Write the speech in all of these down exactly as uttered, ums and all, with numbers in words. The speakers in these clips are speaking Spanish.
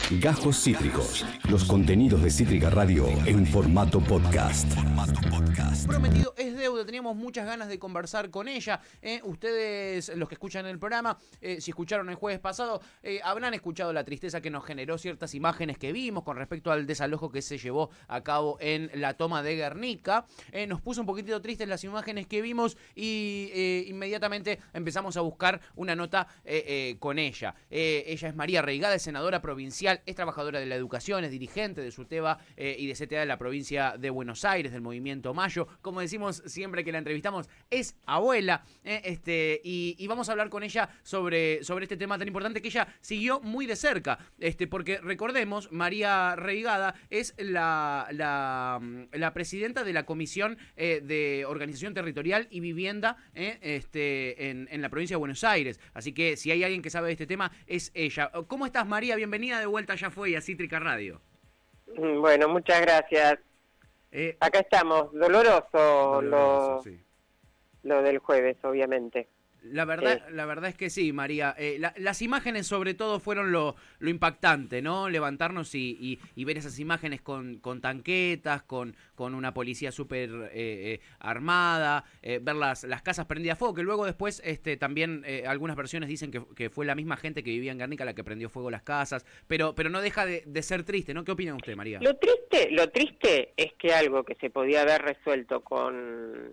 Gajos Cítricos. Los contenidos de Cítrica Radio en formato podcast. Prometido es deuda, teníamos muchas ganas de conversar con ella. Eh, ustedes, los que escuchan el programa, eh, si escucharon el jueves pasado, eh, habrán escuchado la tristeza que nos generó ciertas imágenes que vimos con respecto al desalojo que se llevó a cabo en la toma de Guernica. Eh, nos puso un poquitito tristes las imágenes que vimos y eh, inmediatamente empezamos a buscar una nota eh, eh, con ella. Eh, ella es María Reigada, es senadora provincial, es trabajadora de la educación, es dirigente de SUTEBA eh, y de C T A de la provincia de Buenos Aires, del Movimiento Mayo. Como decimos siempre que la entrevistamos, es abuela, eh, este, y, y vamos a hablar con ella sobre, sobre este tema tan importante que ella siguió muy de cerca, este, porque recordemos, María Reigada es la, la, la presidenta de la Comisión eh, de Organización Territorial y Vivienda eh, este, en, en la provincia de Buenos Aires, así que si hay alguien que sabe de este tema, es ella. ¿Cómo estás, María? Bienvenida de vuelta, ya fue, a Cítrica Radio. Bueno, muchas gracias. Eh, Acá estamos, doloroso, doloroso, lo, sí. lo del jueves, obviamente. La verdad, Sí. la verdad es que sí, María. Eh, la, las imágenes sobre todo fueron lo, lo impactante, ¿no? Levantarnos y, y, y ver esas imágenes con, con tanquetas, con, con una policía súper eh, eh, armada, eh, ver las, las casas prendidas a fuego, que luego después este, también eh, algunas versiones dicen que, que fue la misma gente que vivía en Guernica la que prendió fuego las casas, pero, pero no deja de, de ser triste, ¿no? ¿Qué opina usted, María? Lo triste, lo triste es que algo que se podía haber resuelto con,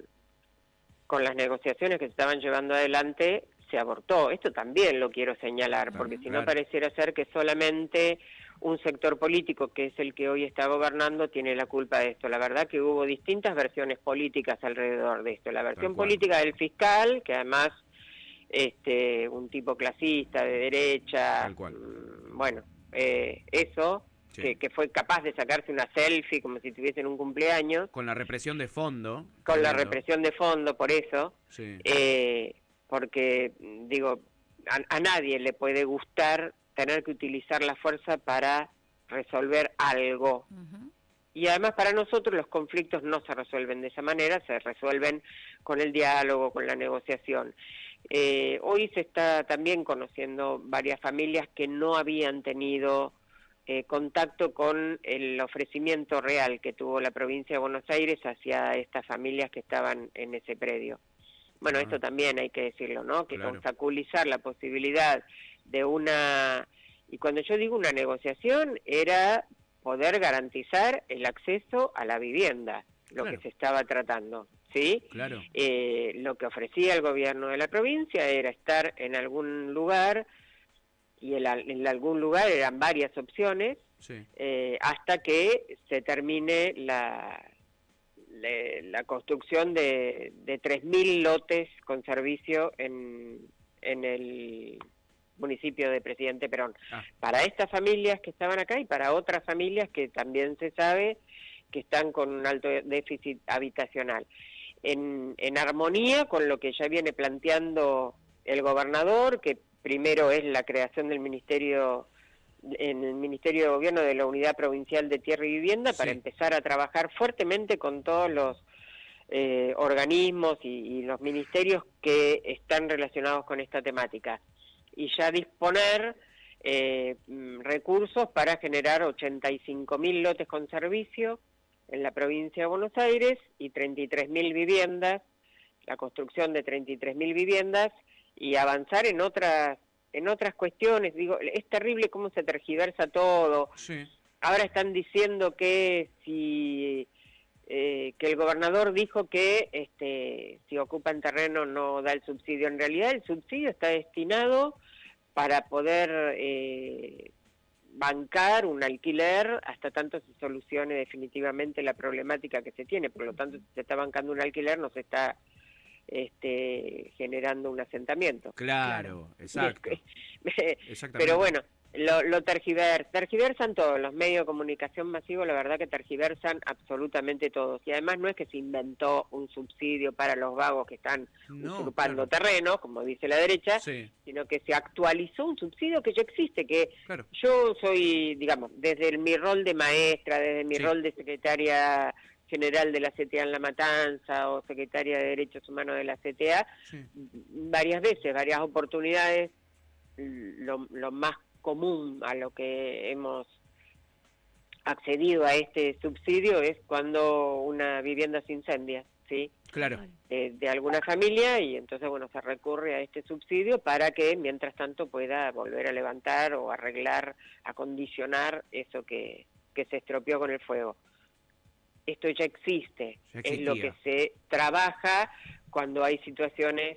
con las negociaciones que se estaban llevando adelante se abortó. Esto también lo quiero señalar, Claro, porque si claro. no pareciera ser que solamente un sector político, que es el que hoy está gobernando, tiene la culpa de esto. La verdad que hubo distintas versiones políticas alrededor de esto. La versión política del fiscal, que además este un tipo clasista, de derecha, Tal cual. mmm, bueno, eh, eso, Sí. que, que fue capaz de sacarse una selfie como si tuviesen un cumpleaños, Con la represión de fondo. con la tremendo. represión de fondo, por eso, Sí. eh, porque, digo, a, a nadie le puede gustar tener que utilizar la fuerza para resolver algo. Uh-huh. Y además para nosotros los conflictos no se resuelven de esa manera, se resuelven con el diálogo, con la negociación. Eh, hoy se está también conociendo varias familias que no habían tenido eh, contacto con el ofrecimiento real que tuvo la provincia de Buenos Aires hacia estas familias que estaban en ese predio. Bueno, Ah. esto también hay que decirlo, ¿no? Que Claro. obstaculizar la posibilidad de una... Y cuando yo digo una negociación, era poder garantizar el acceso a la vivienda, lo Claro. que se estaba tratando, ¿sí? Claro. Eh, lo que ofrecía el gobierno de la provincia era estar en algún lugar, y el, en algún lugar eran varias opciones, Sí. eh, hasta que se termine la, la, la construcción de, de tres mil lotes con servicio en, en el municipio de Presidente Perón. Ah. Para estas familias que estaban acá y para otras familias que también se sabe que están con un alto déficit habitacional. En, en armonía con lo que ya viene planteando el gobernador, que primero es la creación del ministerio, en el Ministerio de Gobierno de la Unidad Provincial de Tierra y Vivienda, Sí. para empezar a trabajar fuertemente con todos los eh, organismos y, y los ministerios que están relacionados con esta temática. Y ya disponer eh, recursos para generar ochenta y cinco mil lotes con servicio en la provincia de Buenos Aires y treinta y tres mil viviendas, la construcción de treinta y tres mil viviendas, y avanzar en otras en otras cuestiones. Digo, es terrible cómo se tergiversa todo. Sí. Ahora están diciendo que si eh, que el gobernador dijo que este si ocupan terreno no da el subsidio. En realidad el subsidio está destinado para poder eh, bancar un alquiler hasta tanto se solucione definitivamente la problemática que se tiene. Por lo tanto, si se está bancando un alquiler, no se está este, generando un asentamiento. Claro, exacto. Exactamente. Pero bueno, lo, lo tergiver, tergiversan todos, los medios de comunicación masivos, la verdad que tergiversan absolutamente todos. Y además no es que se inventó un subsidio para los vagos que están No, usurpando claro. terreno, como dice la derecha, Sí. sino que se actualizó un subsidio que ya existe, que Claro. yo soy, digamos, desde el, mi rol de maestra, desde mi Sí. rol de secretaria general de la C T A en La Matanza o secretaria de Derechos Humanos de la C T A, Sí. varias veces, varias oportunidades, lo, lo más común a lo que hemos accedido a este subsidio es cuando una vivienda se incendia, ¿sí? Claro. Eh, de alguna familia, y entonces, bueno, se recurre a este subsidio para que, mientras tanto, pueda volver a levantar o arreglar, acondicionar eso que, que se estropeó con el fuego. Esto ya existe, Ya es lo que existía. se trabaja cuando hay situaciones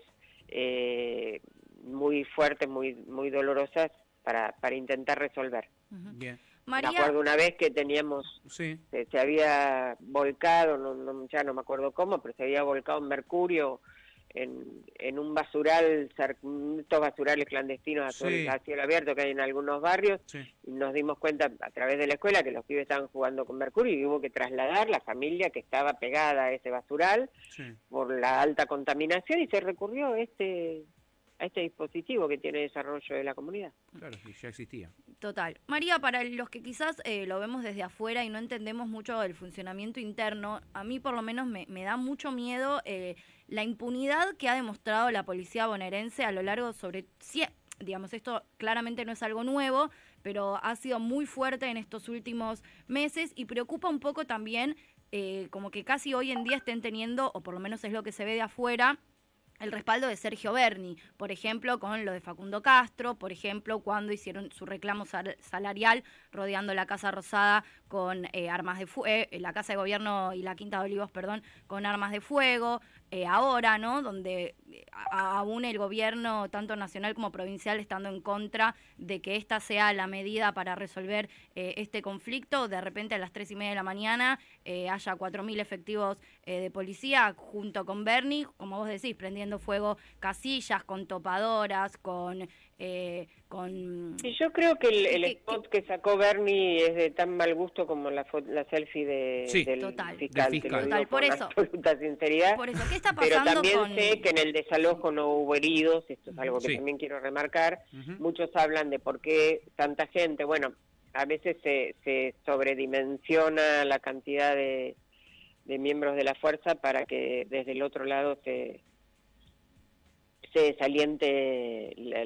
eh, muy fuertes, muy muy dolorosas para, para intentar resolver. Ujú. Bien. Me María, acuerdo una vez que teníamos, Sí. se, se había volcado, no, no, ya no me acuerdo cómo, pero se había volcado un mercurio en, en un basural, cer- estos basurales clandestinos a, Sí. a cielo abierto que hay en algunos barrios, Sí. y nos dimos cuenta a través de la escuela que los pibes estaban jugando con mercurio y hubo que trasladar la familia que estaba pegada a ese basural Sí. por la alta contaminación y se recurrió a este, a este dispositivo que tiene desarrollo de la comunidad. Claro, y ya existía. total. María, para los que quizás eh, lo vemos desde afuera y no entendemos mucho el funcionamiento interno, a mí por lo menos me, me da mucho miedo eh, la impunidad que ha demostrado la policía bonaerense a lo largo sobre... Sie- digamos, esto claramente no es algo nuevo, pero ha sido muy fuerte en estos últimos meses y preocupa un poco también eh, como que casi hoy en día estén teniendo, o por lo menos es lo que se ve de afuera, el respaldo de Sergio Berni, por ejemplo, con lo de Facundo Castro, por ejemplo, cuando hicieron su reclamo sal- salarial rodeando la Casa Rosada con eh, armas de fuego, eh, la Casa de Gobierno y la Quinta de Olivos, perdón, con armas de fuego, eh, ahora, ¿no?, donde eh, a- aún el gobierno, tanto nacional como provincial, estando en contra de que esta sea la medida para resolver eh, este conflicto, de repente a las tres y media de la mañana eh, haya cuatro mil efectivos eh, de policía junto con Berni, como vos decís, prendiendo fuego casillas, con topadoras, con... Eh, con Y yo creo que el, el que- spot que sacó Bernie es de tan mal gusto como la, fo- la selfie de, Sí, del total. fiscal, Del te fiscal. lo digo Total, por con eso. absoluta sinceridad. por eso, ¿qué está Pero pasando también con...? sé que en el desalojo no hubo heridos, esto es algo que Sí. también quiero remarcar. Ujú. Muchos hablan de por qué tanta gente, bueno, a veces se, se sobredimensiona la cantidad de, de miembros de la fuerza para que desde el otro lado se, se desaliente la,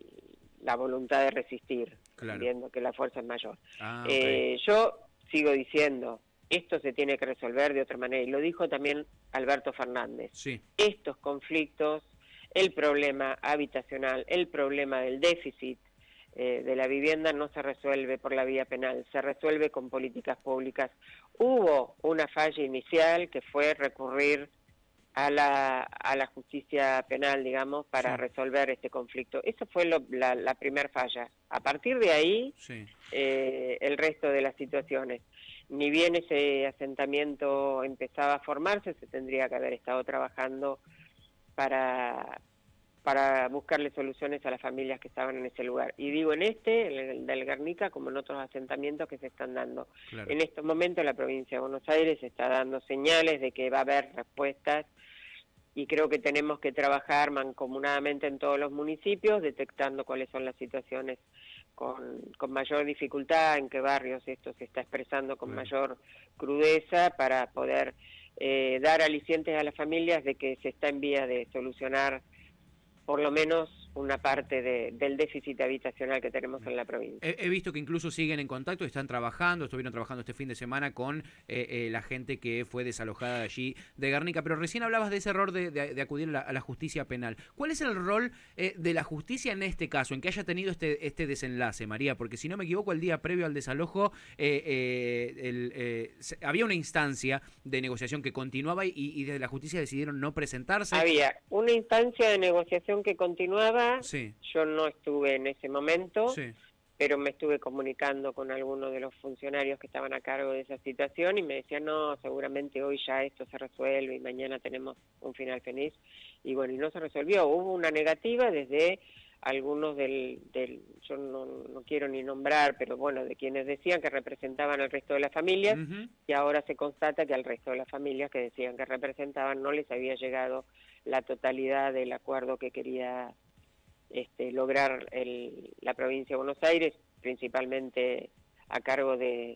la voluntad de resistir, Claro. viendo que la fuerza es mayor. Ah, ok. Eh, yo sigo diciendo, esto se tiene que resolver de otra manera, y lo dijo también Alberto Fernández. Sí. Estos conflictos, el problema habitacional, el problema del déficit eh, de la vivienda no se resuelve por la vía penal, se resuelve con políticas públicas. Hubo una falla inicial que fue recurrir a la, a la justicia penal, digamos, para Sí. resolver este conflicto. Esa fue lo, la, la primer falla. A partir de ahí, Sí. eh, el resto de las situaciones. Ni bien ese asentamiento empezaba a formarse, se tendría que haber estado trabajando para, para buscarle soluciones a las familias que estaban en ese lugar. Y digo en este, en el del Guernica, como en otros asentamientos que se están dando. Claro. En estos momentos la provincia de Buenos Aires está dando señales de que va a haber respuestas y creo que tenemos que trabajar mancomunadamente en todos los municipios, detectando cuáles son las situaciones con, con mayor dificultad, en qué barrios esto se está expresando con Claro. mayor crudeza, para poder eh, dar alicientes a las familias de que se está en vía de solucionar por lo menos una parte de, del déficit habitacional que tenemos en la provincia. He, he visto que incluso siguen en contacto, están trabajando, estuvieron trabajando este fin de semana con eh, eh, la gente que fue desalojada de allí de Guernica, pero recién hablabas de ese error de, de, de acudir a la, a la justicia penal. ¿Cuál es el rol eh, de la justicia en este caso, en que haya tenido este, este desenlace, María? Porque si no me equivoco, el día previo al desalojo eh, eh, el, eh, se, había una instancia de negociación que continuaba y, y desde la justicia decidieron no presentarse. Había una instancia de negociación que continuaba. Sí. Yo no estuve en ese momento, Sí. pero me estuve comunicando con algunos de los funcionarios que estaban a cargo de esa situación y me decían, no, seguramente hoy ya esto se resuelve y mañana tenemos un final feliz. Y bueno, y no se resolvió. Hubo una negativa desde algunos del, del yo no, no quiero ni nombrar, pero bueno, de quienes decían que representaban al resto de las familias, Uh-huh. y ahora se constata que al resto de las familias que decían que representaban no les había llegado la totalidad del acuerdo que quería Este, lograr el, la provincia de Buenos Aires, principalmente a cargo de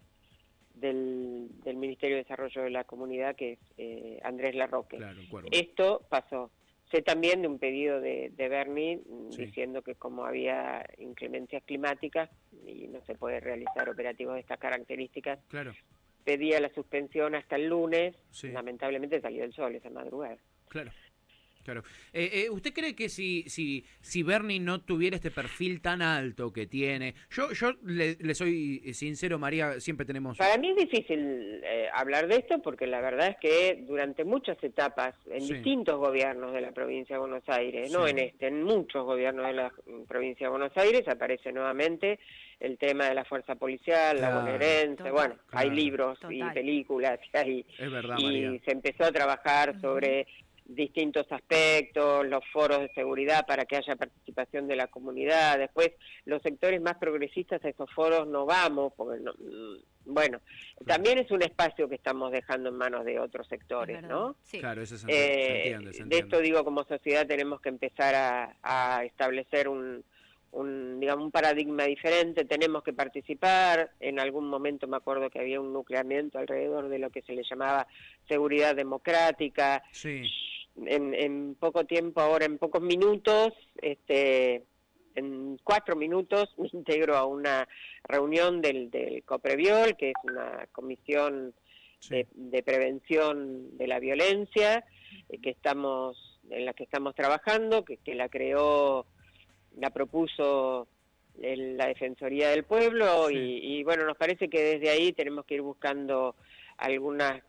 del, del Ministerio de Desarrollo de la Comunidad, que es eh, Andrés Larroque. Claro, el cuervo. Esto pasó. sé también de un pedido de, de Bernie Sí. diciendo que como había inclemencias climáticas y no se puede realizar operativos de estas características, Claro, pedía la suspensión hasta el lunes. Sí. Lamentablemente salió el sol esa madrugada. claro. Claro. Eh, eh, ¿Usted cree que si, si, si Bernie no tuviera este perfil tan alto que tiene? Yo, yo le, le soy sincero, María, siempre tenemos... Para mí es difícil eh, hablar de esto porque la verdad es que durante muchas etapas, en Sí. distintos gobiernos de la provincia de Buenos Aires, no Sí. en este, en muchos gobiernos de la provincia de Buenos Aires, aparece nuevamente el tema de la fuerza policial, Claro. la bonaerense, Total. bueno, Claro. hay libros y Total. películas y, hay- Es verdad, y María. se empezó a trabajar Ujú. sobre distintos aspectos, los foros de seguridad para que haya participación de la comunidad. Después, los sectores más progresistas a esos foros no vamos, porque no, mm, bueno, también es un espacio que estamos dejando en manos de otros Es sectores, verdad. ¿no? Sí. Claro, eso se enti- Eh, se entiende, se de entiende. esto digo, como sociedad tenemos que empezar a, a establecer un, un, digamos, un paradigma diferente, tenemos que participar. En algún momento me acuerdo que había un nucleamiento alrededor de lo que se le llamaba seguridad democrática. Sí, En, en poco tiempo, ahora en pocos minutos, este, en cuatro minutos me integro a una reunión del, del COPREVIOL, que es una comisión sí. de, de prevención de la violencia, eh, que estamos, en la que estamos trabajando, que, que la creó, la propuso el- la Defensoría del Pueblo, Sí. y, y bueno, nos parece que desde ahí tenemos que ir buscando algunas,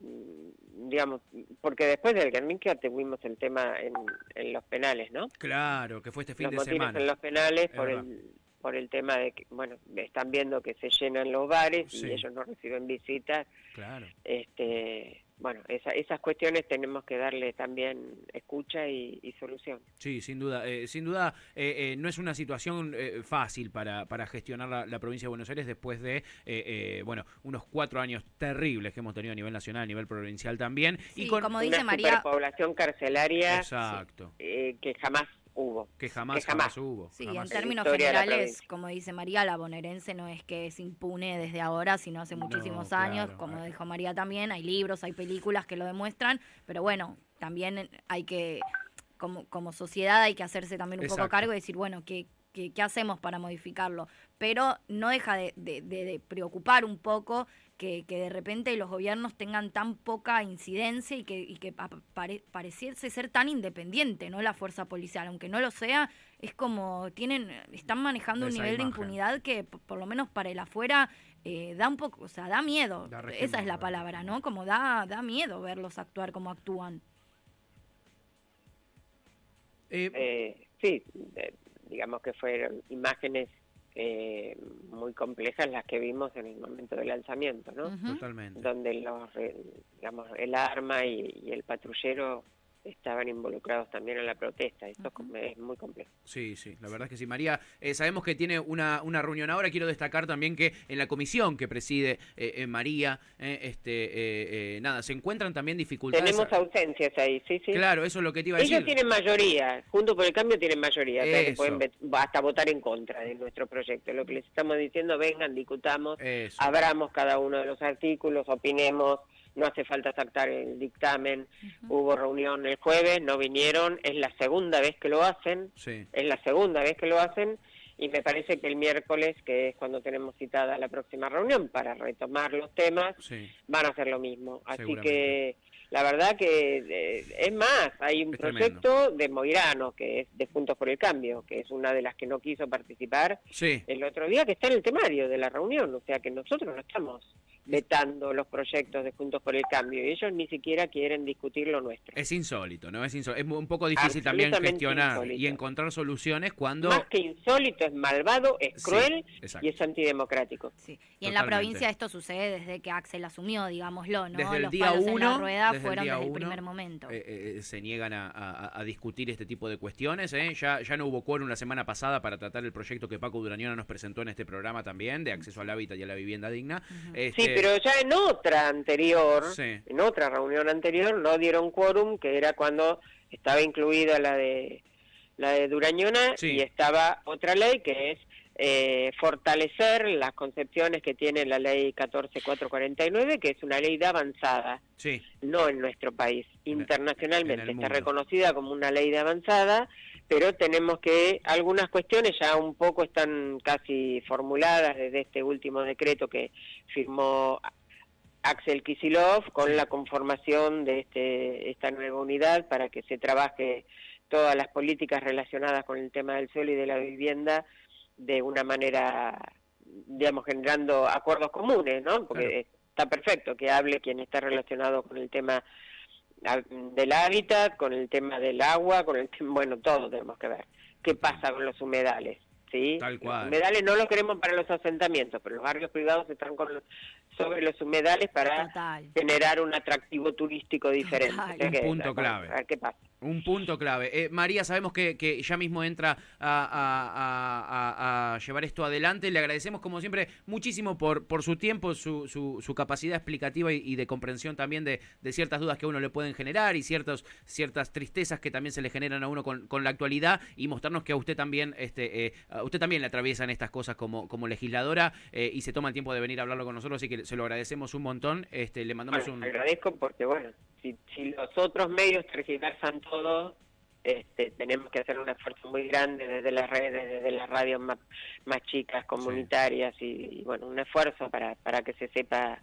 mm, digamos, porque después del Guernica tuvimos el tema en, en los penales, ¿no? Claro, que fue este fin Los de motines semana. en los penales Es por verdad. el por el tema de que, bueno, están viendo que se llenan los bares Sí. y ellos no reciben visitas. Claro. Este, bueno, esa, esas cuestiones tenemos que darle también escucha y, y solución. Sí, sin duda. Eh, sin duda, eh, eh, no es una situación eh, fácil para, para gestionar la, la provincia de Buenos Aires después de, eh, eh, bueno, unos cuatro años terribles que hemos tenido a nivel nacional, a nivel provincial también. Sí, y con como dice Una María, superpoblación carcelaria Exacto. eh, que jamás hubo. Que jamás, que jamás. jamás hubo. sí, jamás en hubo. términos historia de la generales, provincia. como dice María, la bonaerense no es que se impune desde ahora, sino hace No, muchísimos claro, años, como eh. dijo María también, hay libros, hay películas que lo demuestran, pero bueno, también hay que, como, como sociedad hay que hacerse también un poco Exacto. cargo y decir, bueno, ¿qué, qué, qué hacemos para modificarlo? Pero no deja de, de- de- de preocupar un poco que, que de repente los gobiernos tengan tan poca incidencia y que, y que pa- pare- pareciese ser tan independiente, ¿no? La fuerza policial, aunque no lo sea, es como tienen, están manejando un Esa nivel de imagen. impunidad que p- por lo menos para el afuera eh, da un poco, o sea, da miedo. Da Esa resquemor, es la da palabra, resquemor. ¿no? Como da, da miedo verlos actuar como actúan. Eh, Eh, sí, eh, digamos que fueron imágenes eh, muy complejas las que vimos en el momento del lanzamiento, ¿no? Ujú. Totalmente. Donde los, re- digamos, el arma y, y el patrullero estaban involucrados también en la protesta. Esto es com- es muy complejo. Sí, sí, la verdad es que sí. María, eh, sabemos que tiene una, una reunión ahora. Quiero destacar también que en la comisión que preside eh, eh, María, eh, este, eh, eh, nada, se encuentran también dificultades. Tenemos ausencias ahí, sí, sí. Claro, eso es lo que te iba a Ellos decir. tienen mayoría, junto por el cambio tienen mayoría, o sea que Eso. pueden vet- hasta votar en contra de nuestro proyecto. Lo que les estamos diciendo, vengan, discutamos, Eso. abramos cada uno de los artículos, opinemos, no hace falta sacar el dictamen. Hubo reunión el jueves, no vinieron, es la segunda vez que lo hacen, Sí, es la segunda vez que lo hacen, y me parece que el miércoles, que es cuando tenemos citada la próxima reunión para retomar los temas, sí. van a hacer lo mismo. Así Seguramente. que la verdad que eh, es más, hay un Es proyecto de Moirano, que es de Juntos por el Cambio, que es una de las que no quiso participar Sí, el otro día, que está en el temario de la reunión, o sea que nosotros no estamos vetando los proyectos de Juntos por el Cambio y ellos ni siquiera quieren discutir lo nuestro. es insólito, ¿no? Es insólito. Es un poco difícil también Absolutamente gestionar insólito. y encontrar soluciones cuando... Más que insólito, es malvado, es Sí, cruel exacto. y es antidemocrático. Sí. Y en la Totalmente. provincia esto sucede desde que Axel asumió, digámoslo, ¿no? Desde el Los día palos en uno, la rueda desde el fueron día desde el uno, primer momento. eh, eh, se niegan a, a- a discutir este tipo de cuestiones. ¿eh? Ya, ya no hubo quórum la semana pasada para tratar el proyecto que Paco Durañona nos presentó en este programa también, de acceso al hábitat y a la vivienda digna. Este, Sí, pero ya en otra anterior, Sí. en otra reunión anterior, no dieron quórum, que era cuando estaba incluida la de la de Durañona Sí. y estaba otra ley que es eh, fortalecer las concepciones que tiene la ley catorce mil cuatrocientos cuarenta y nueve, que es una ley de avanzada, sí. no en nuestro país, en internacionalmente el, en el está mundo. reconocida como una ley de avanzada, pero tenemos que, algunas cuestiones ya un poco están casi formuladas desde este último decreto que firmó Axel Kicillof con la conformación de este esta nueva unidad para que se trabaje todas las políticas relacionadas con el tema del suelo y de la vivienda de una manera, digamos, generando acuerdos comunes, ¿no? Porque claro, está perfecto que hable quien está relacionado con el tema del hábitat, con el tema del agua, con el tema, bueno, todo tenemos que ver. ¿Qué pasa con los humedales? ¿Sí? Tal cual. Los humedales no los queremos para los asentamientos, pero los barrios privados están con los, sobre los humedales para Total. generar un atractivo turístico diferente. O sea un que, punto bueno, clave. A ver qué pasa. Un punto clave. Eh, María, sabemos que, que ya mismo entra a, a, a, a llevar esto adelante. Le agradecemos, como siempre, muchísimo por, por su tiempo, su, su, su capacidad explicativa y, y de comprensión también de, de ciertas dudas que a uno le pueden generar y ciertos, ciertas tristezas que también se le generan a uno con, con la actualidad, y mostrarnos que a usted también este, eh, a usted también le atraviesan estas cosas como, como legisladora eh, y se toma el tiempo de venir a hablarlo con nosotros, así que se lo agradecemos un montón. Este, le mandamos bueno, un... agradezco porque, bueno, si, si los otros medios tergiversan todo, este, tenemos que hacer un esfuerzo muy grande desde las redes, desde las radios más, más chicas, comunitarias, sí. y, y bueno, un esfuerzo para, para que se sepa,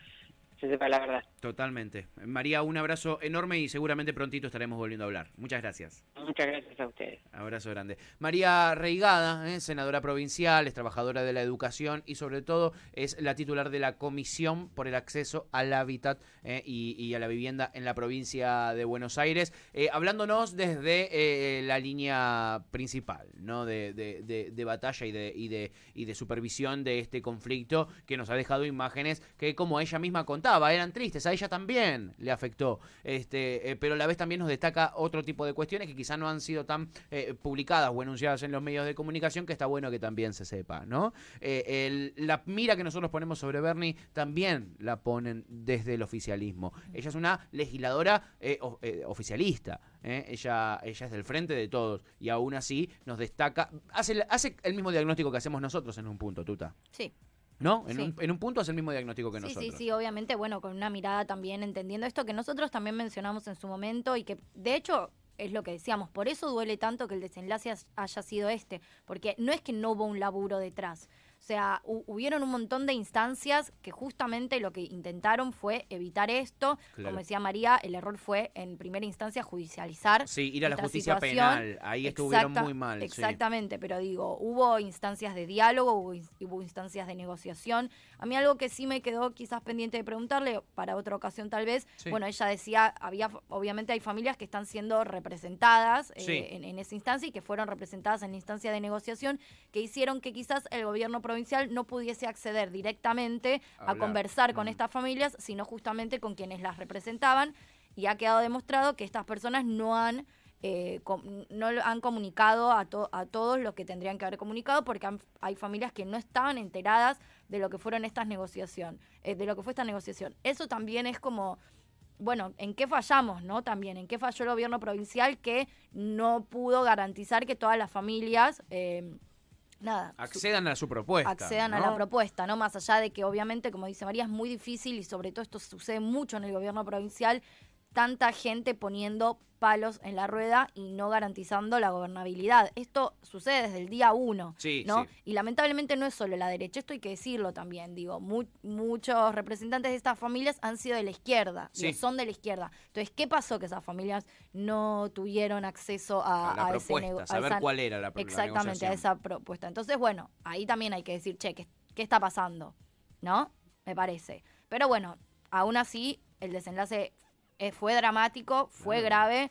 se sepa la verdad. Totalmente. María, un abrazo enorme y seguramente prontito estaremos volviendo a hablar. Muchas gracias. Muchas gracias a ustedes. Abrazo grande. María Reigada, ¿eh? senadora provincial, es trabajadora de la educación y sobre todo es la titular de la Comisión por el Acceso al Hábitat ¿eh? y, y a la Vivienda en la provincia de Buenos Aires, eh, hablándonos desde eh, la línea principal, ¿no? de, de, de, de batalla y de, y, de, y de supervisión de este conflicto, que nos ha dejado imágenes que, como ella misma contaba, eran tristes. A ella también le afectó, este, eh, pero a la vez también nos destaca otro tipo de cuestiones que quizás no han sido tan eh, publicadas o enunciadas en los medios de comunicación, que está bueno que también se sepa, ¿no? Eh, el, la mira que nosotros ponemos sobre Bernie también la ponen desde el oficialismo. Ella es una legisladora eh, o, eh, oficialista, ¿eh? ella, ella es del frente de todos y aún así nos destaca, hace, hace el mismo diagnóstico que hacemos nosotros en un punto, Tuta. Sí. ¿No? En, sí. un, en un punto es el mismo diagnóstico que sí, nosotros. Sí, sí, obviamente, bueno, con una mirada también entendiendo esto que nosotros también mencionamos en su momento y que, de hecho, es lo que decíamos, por eso duele tanto que el desenlace haya sido este, porque no es que no hubo un laburo detrás. O sea, hu- hubieron un montón de instancias que justamente lo que intentaron fue evitar esto. Claro. Como decía María, el error fue en primera instancia judicializar. Sí, ir a la esta justicia situación. penal. Ahí estuvieron Exacta- muy mal. Exactamente, sí. Pero digo, hubo instancias de diálogo, hubo, in- hubo instancias de negociación. A mí algo que sí me quedó quizás pendiente de preguntarle, para otra ocasión tal vez, Sí. bueno, ella decía, había obviamente hay familias que están siendo representadas eh, Sí. en, en esa instancia y que fueron representadas en la instancia de negociación, que hicieron que quizás el gobierno provincial no pudiese acceder directamente a Hablar. conversar con Mm. estas familias, sino justamente con quienes las representaban, y ha quedado demostrado que estas personas no han eh, com- no lo han comunicado a, to- a todos los que tendrían que haber comunicado, porque han- hay familias que no estaban enteradas de lo que fueron estas negociaciones, eh, de lo que fue esta negociación. Eso también es como, bueno, ¿en qué fallamos, no? También, ¿en qué falló el gobierno provincial que no pudo garantizar que todas las familias, eh, nada, accedan a su propuesta. accedan ¿no? a la propuesta, ¿no? Más allá de que obviamente, como dice María, es muy difícil y sobre todo esto sucede mucho en el gobierno provincial, tanta gente poniendo palos en la rueda y no garantizando la gobernabilidad. Esto sucede desde el día uno, Sí, ¿no? sí. Y lamentablemente no es solo la derecha, esto hay que decirlo también, digo, mu- muchos representantes de estas familias han sido de la izquierda, Sí. digo, son de la izquierda. Entonces, ¿qué pasó? Que esas familias no tuvieron acceso a, A la a ese propuesta, nego- a saber esa- cuál era la, la Exactamente, a negociación. esa propuesta. Entonces, bueno, ahí también hay que decir, che, ¿qué, qué está pasando? ¿No? Me parece. Pero bueno, aún así, el desenlace eh, fue dramático, fue Claro. grave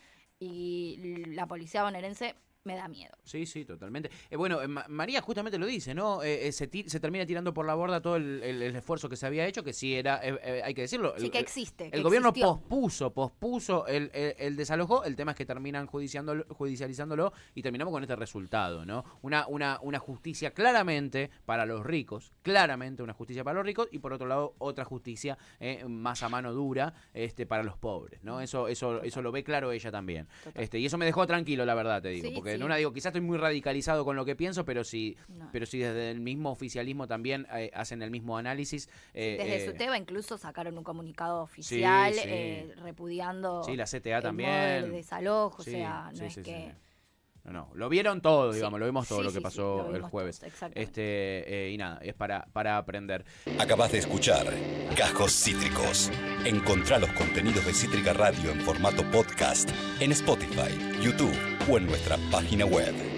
y la policía bonaerense me da miedo. Sí, sí, totalmente. Eh, bueno, eh, Ma- María justamente lo dice, ¿no? Eh, eh, se, ti- se termina tirando por la borda todo el, el- el esfuerzo que se había hecho, que sí era, eh, eh, hay que decirlo. Sí, el, que el- existe. El que gobierno existió. pospuso, pospuso el, el, el desalojo. El tema es que terminan judiciándolo- judicializándolo y terminamos con este resultado, ¿no? Una, una, una justicia claramente para los ricos, claramente una justicia para los ricos, y por otro lado otra justicia eh, más a mano dura este, para los pobres, ¿no? Eso, eso, eso lo ve claro ella también. Total. Este, y eso me dejó tranquilo, la verdad, te digo, Sí, porque en una digo, quizás estoy muy radicalizado con lo que pienso, pero si, No. pero si desde el mismo oficialismo también eh, hacen el mismo análisis. Eh, Desde eh, SUTEBA incluso sacaron un comunicado oficial Sí, sí. eh, repudiando Sí, la C T A el también. modo del desalojo, Sí, o sea, no sí, es sí, que... sí. No, no, lo vieron todo, Sí, digamos, lo vimos todo sí, lo que sí, sí, pasó lo el vimos jueves. todos, exactamente. Este, eh, y nada, es para, para aprender. Acabas de escuchar Cajos Cítricos. Encontrá los contenidos de Cítrica Radio en formato podcast en Spotify, YouTube o en nuestra página web.